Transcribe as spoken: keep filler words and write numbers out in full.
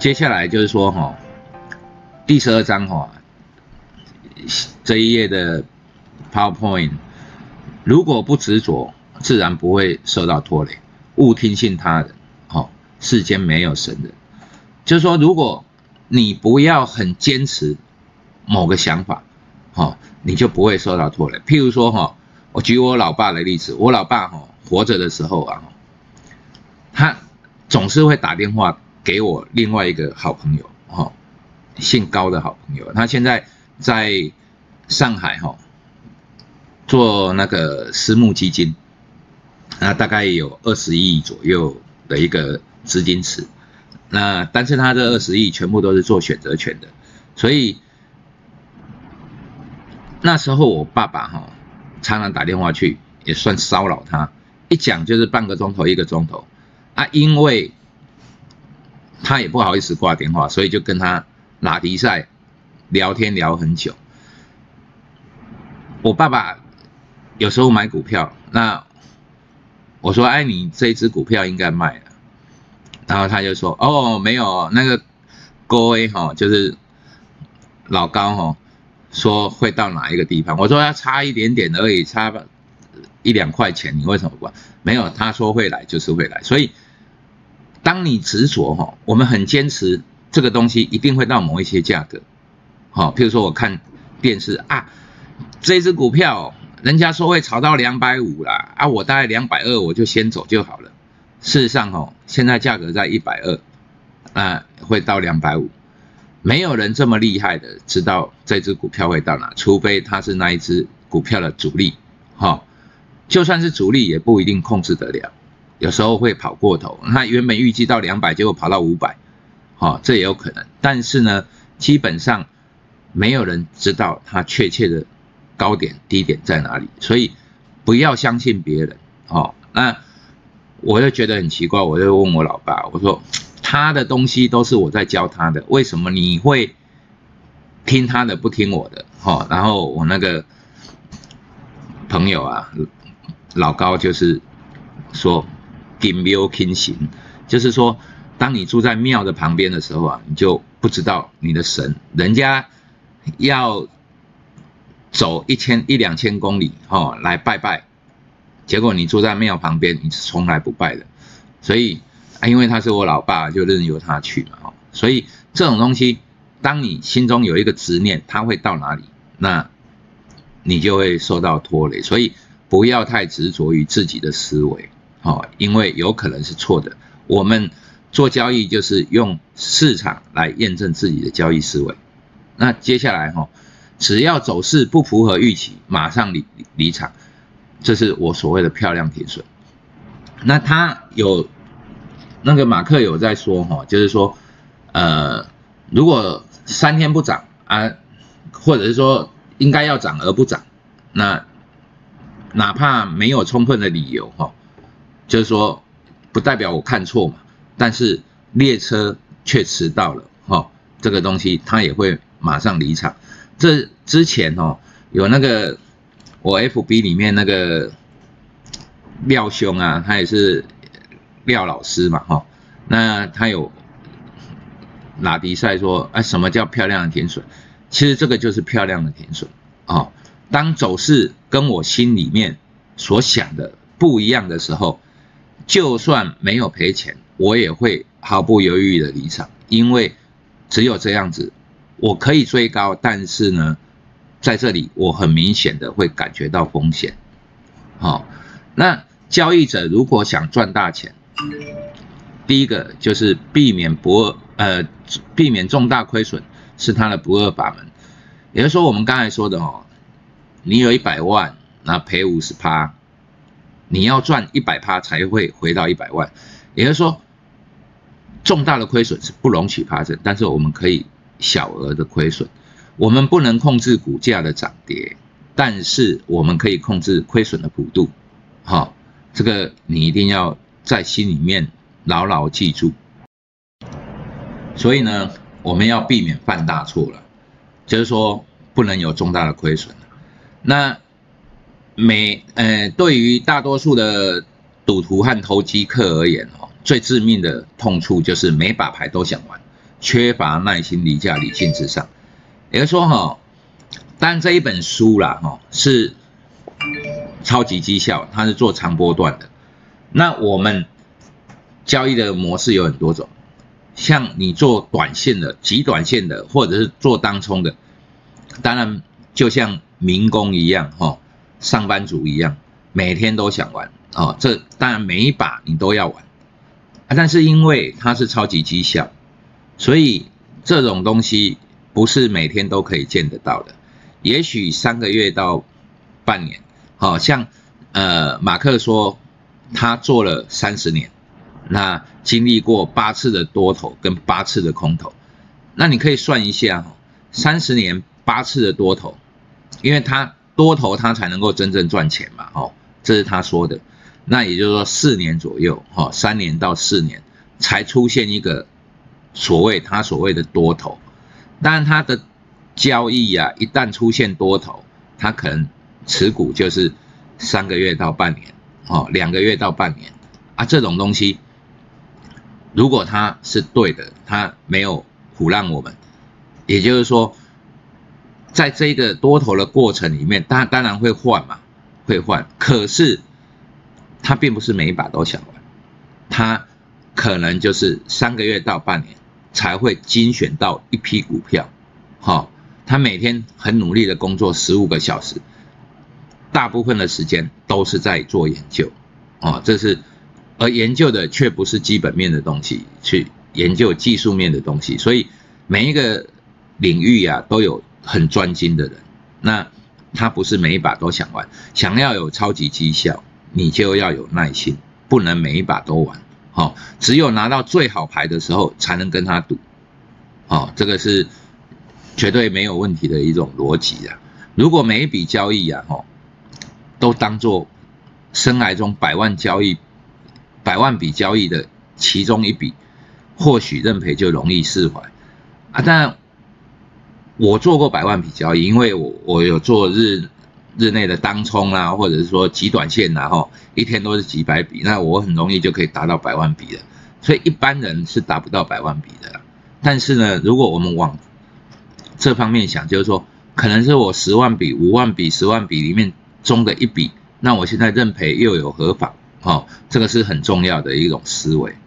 接下来就是说哈，第十二章哈，这一页的 PowerPoint， 如果不执着，自然不会受到拖累。勿听信他人，哦，世间没有神人。就是说，如果你不要很坚持某个想法，哦，你就不会受到拖累。譬如说哈，我举我老爸的例子，我老爸哈活着的时候啊，他总是会打电话给我另外一个好朋友，哈，姓高的好朋友，他现在在上海哈做那个私募基金，那大概有二十亿左右的一个资金池，那但是他这二十亿全部都是做选择权的，所以那时候我爸爸哈常常打电话去，也算骚扰他，一讲就是半个钟头一个钟头啊，因为他也不好意思挂电话，所以就跟他拉迪赛聊天聊很久。我爸爸有时候买股票，那我说：“哎，你这一只股票应该卖了。”然后他就说：“哦，没有，那个高 A 哈，就是老高哈，说会到哪一个地方。”我说：“要差一点点而已，差一两块钱，你为什么不管？”没有，他说会来就是会来。所以，当你执着哈，我们很坚持这个东西一定会到某一些价格。好，譬如说我看电视啊，这只股票人家说会炒到两百五啦，啊，我大概两百二我就先走就好了。事实上哦，现在价格在一百二，啊，会到两百五，没有人这么厉害的知道这只股票会到哪，除非他是那一只股票的主力，哈，就算是主力也不一定控制得了，有时候会跑过头，他原本预计到两百，结果跑到五百，哈，这也有可能。但是呢，基本上没有人知道它确切的高点低点在哪里，所以不要相信别人，哦，那我就觉得很奇怪，我就问我老爸，我说他的东西都是我在教他的，为什么你会听他的不听我的？哦，然后我那个朋友啊，老高就是说金庙轻行，就是说当你住在庙的旁边的时候啊，你就不知道你的神，人家要走一千一两千公里哦来拜拜，结果你住在庙旁边，你是从来不拜的，所以啊，因为他是我老爸，就任由他去嘛，哦，所以这种东西，当你心中有一个执念，他会到哪里，那你就会受到拖累，所以不要太执着于自己的思维，哦，因为有可能是错的。我们做交易就是用市场来验证自己的交易思维。那接下来哈，只要走势不符合预期，马上离离场，这是我所谓的漂亮停损。那他有那个马克有在说哈，就是说，呃，如果三天不涨啊，或者是说应该要涨而不涨，那哪怕没有充分的理由哈，就是说不代表我看错嘛，但是列车却迟到了哈，这个东西他也会马上离场。这之前哦，有那个我 F B 里面那个廖兄啊，他也是廖老师嘛，哈，那他有拉迪赛说，啊，什么叫漂亮的停损？其实这个就是漂亮的停损啊。当走势跟我心里面所想的不一样的时候，就算没有赔钱，我也会毫不犹豫的离场，因为只有这样子。我可以追高，但是呢，在这里我很明显的会感觉到风险。好，哦，那交易者如果想赚大钱，第一个就是避免不二，呃，避免重大亏损是他的不二法门。也就是说，我们刚才说的哦，你有一百万，那赔 百分之五十， 你要赚 百分之百 才会回到一百万。也就是说，重大的亏损是不容许发生，但是我们可以小额的亏损，我们不能控制股价的涨跌，但是我们可以控制亏损的幅度。好，哦，这个你一定要在心里面牢牢记住。所以呢，我们要避免犯大错了，就是说不能有重大的亏损。那每呃，对于大多数的赌徒和投机客而言哦，最致命的痛处就是每把牌都想玩。 缺乏耐心、离家理性至上。也就是说哈，当然这一本书啦哈是超级绩效，它是做长波段的。那我们交易的模式有很多种，像你做短线的、极短线的，或者是做当冲的，当然就像民工一样哈，上班族一样，每天都想玩哦。这当然每一把你都要玩，但是因为它是超级绩效，所以这种东西不是每天都可以见得到的。也许三个月到半年，好像呃马克说他做了三十年，那经历过八次的多头跟八次的空头，那你可以算一下哈，三十年八次的多头，因为他多头他才能够真正赚钱嘛，哦，这是他说的。那也就是说四年左右，哈，三年到四年才出现一个所谓他所谓的多头。当然他的交易啊，一旦出现多头，他可能持股就是三个月到半年，哦，两个月到半年啊，这种东西，如果他是对的，他没有唬烂我们，也就是说，在这个多头的过程里面，他当然会换嘛，会换，可是他并不是每一把都想玩，他可能就是三个月到半年才会精选到一批股票，好，他每天很努力的工作十五个小时，大部分的时间都是在做研究，哦，这是，而研究的却不是基本面的东西，去研究技术面的东西，所以每一个领域啊都有很专精的人，那他不是每一把都想玩，想要有超级绩效，你就要有耐心，不能每一把都玩，哦，只有拿到最好牌的时候才能跟他赌，哦，这个是绝对没有问题的一种逻辑啊。如果每一笔交易啊，哦，都当作生涯中百万交易、百万笔交易的其中一笔，或许认赔就容易释怀啊。当然，我做过百万笔交易，因为我我有做日日内的当冲啊，或者是说极短线啊，哈，一天都是几百笔，那我很容易就可以达到百万笔了。所以一般人是达不到百万笔的啦。但是呢，如果我们往这方面想，就是说，可能是我十万笔、五万笔、十万笔里面中的一笔，那我现在认赔又有何妨？哦，这个是很重要的一种思维。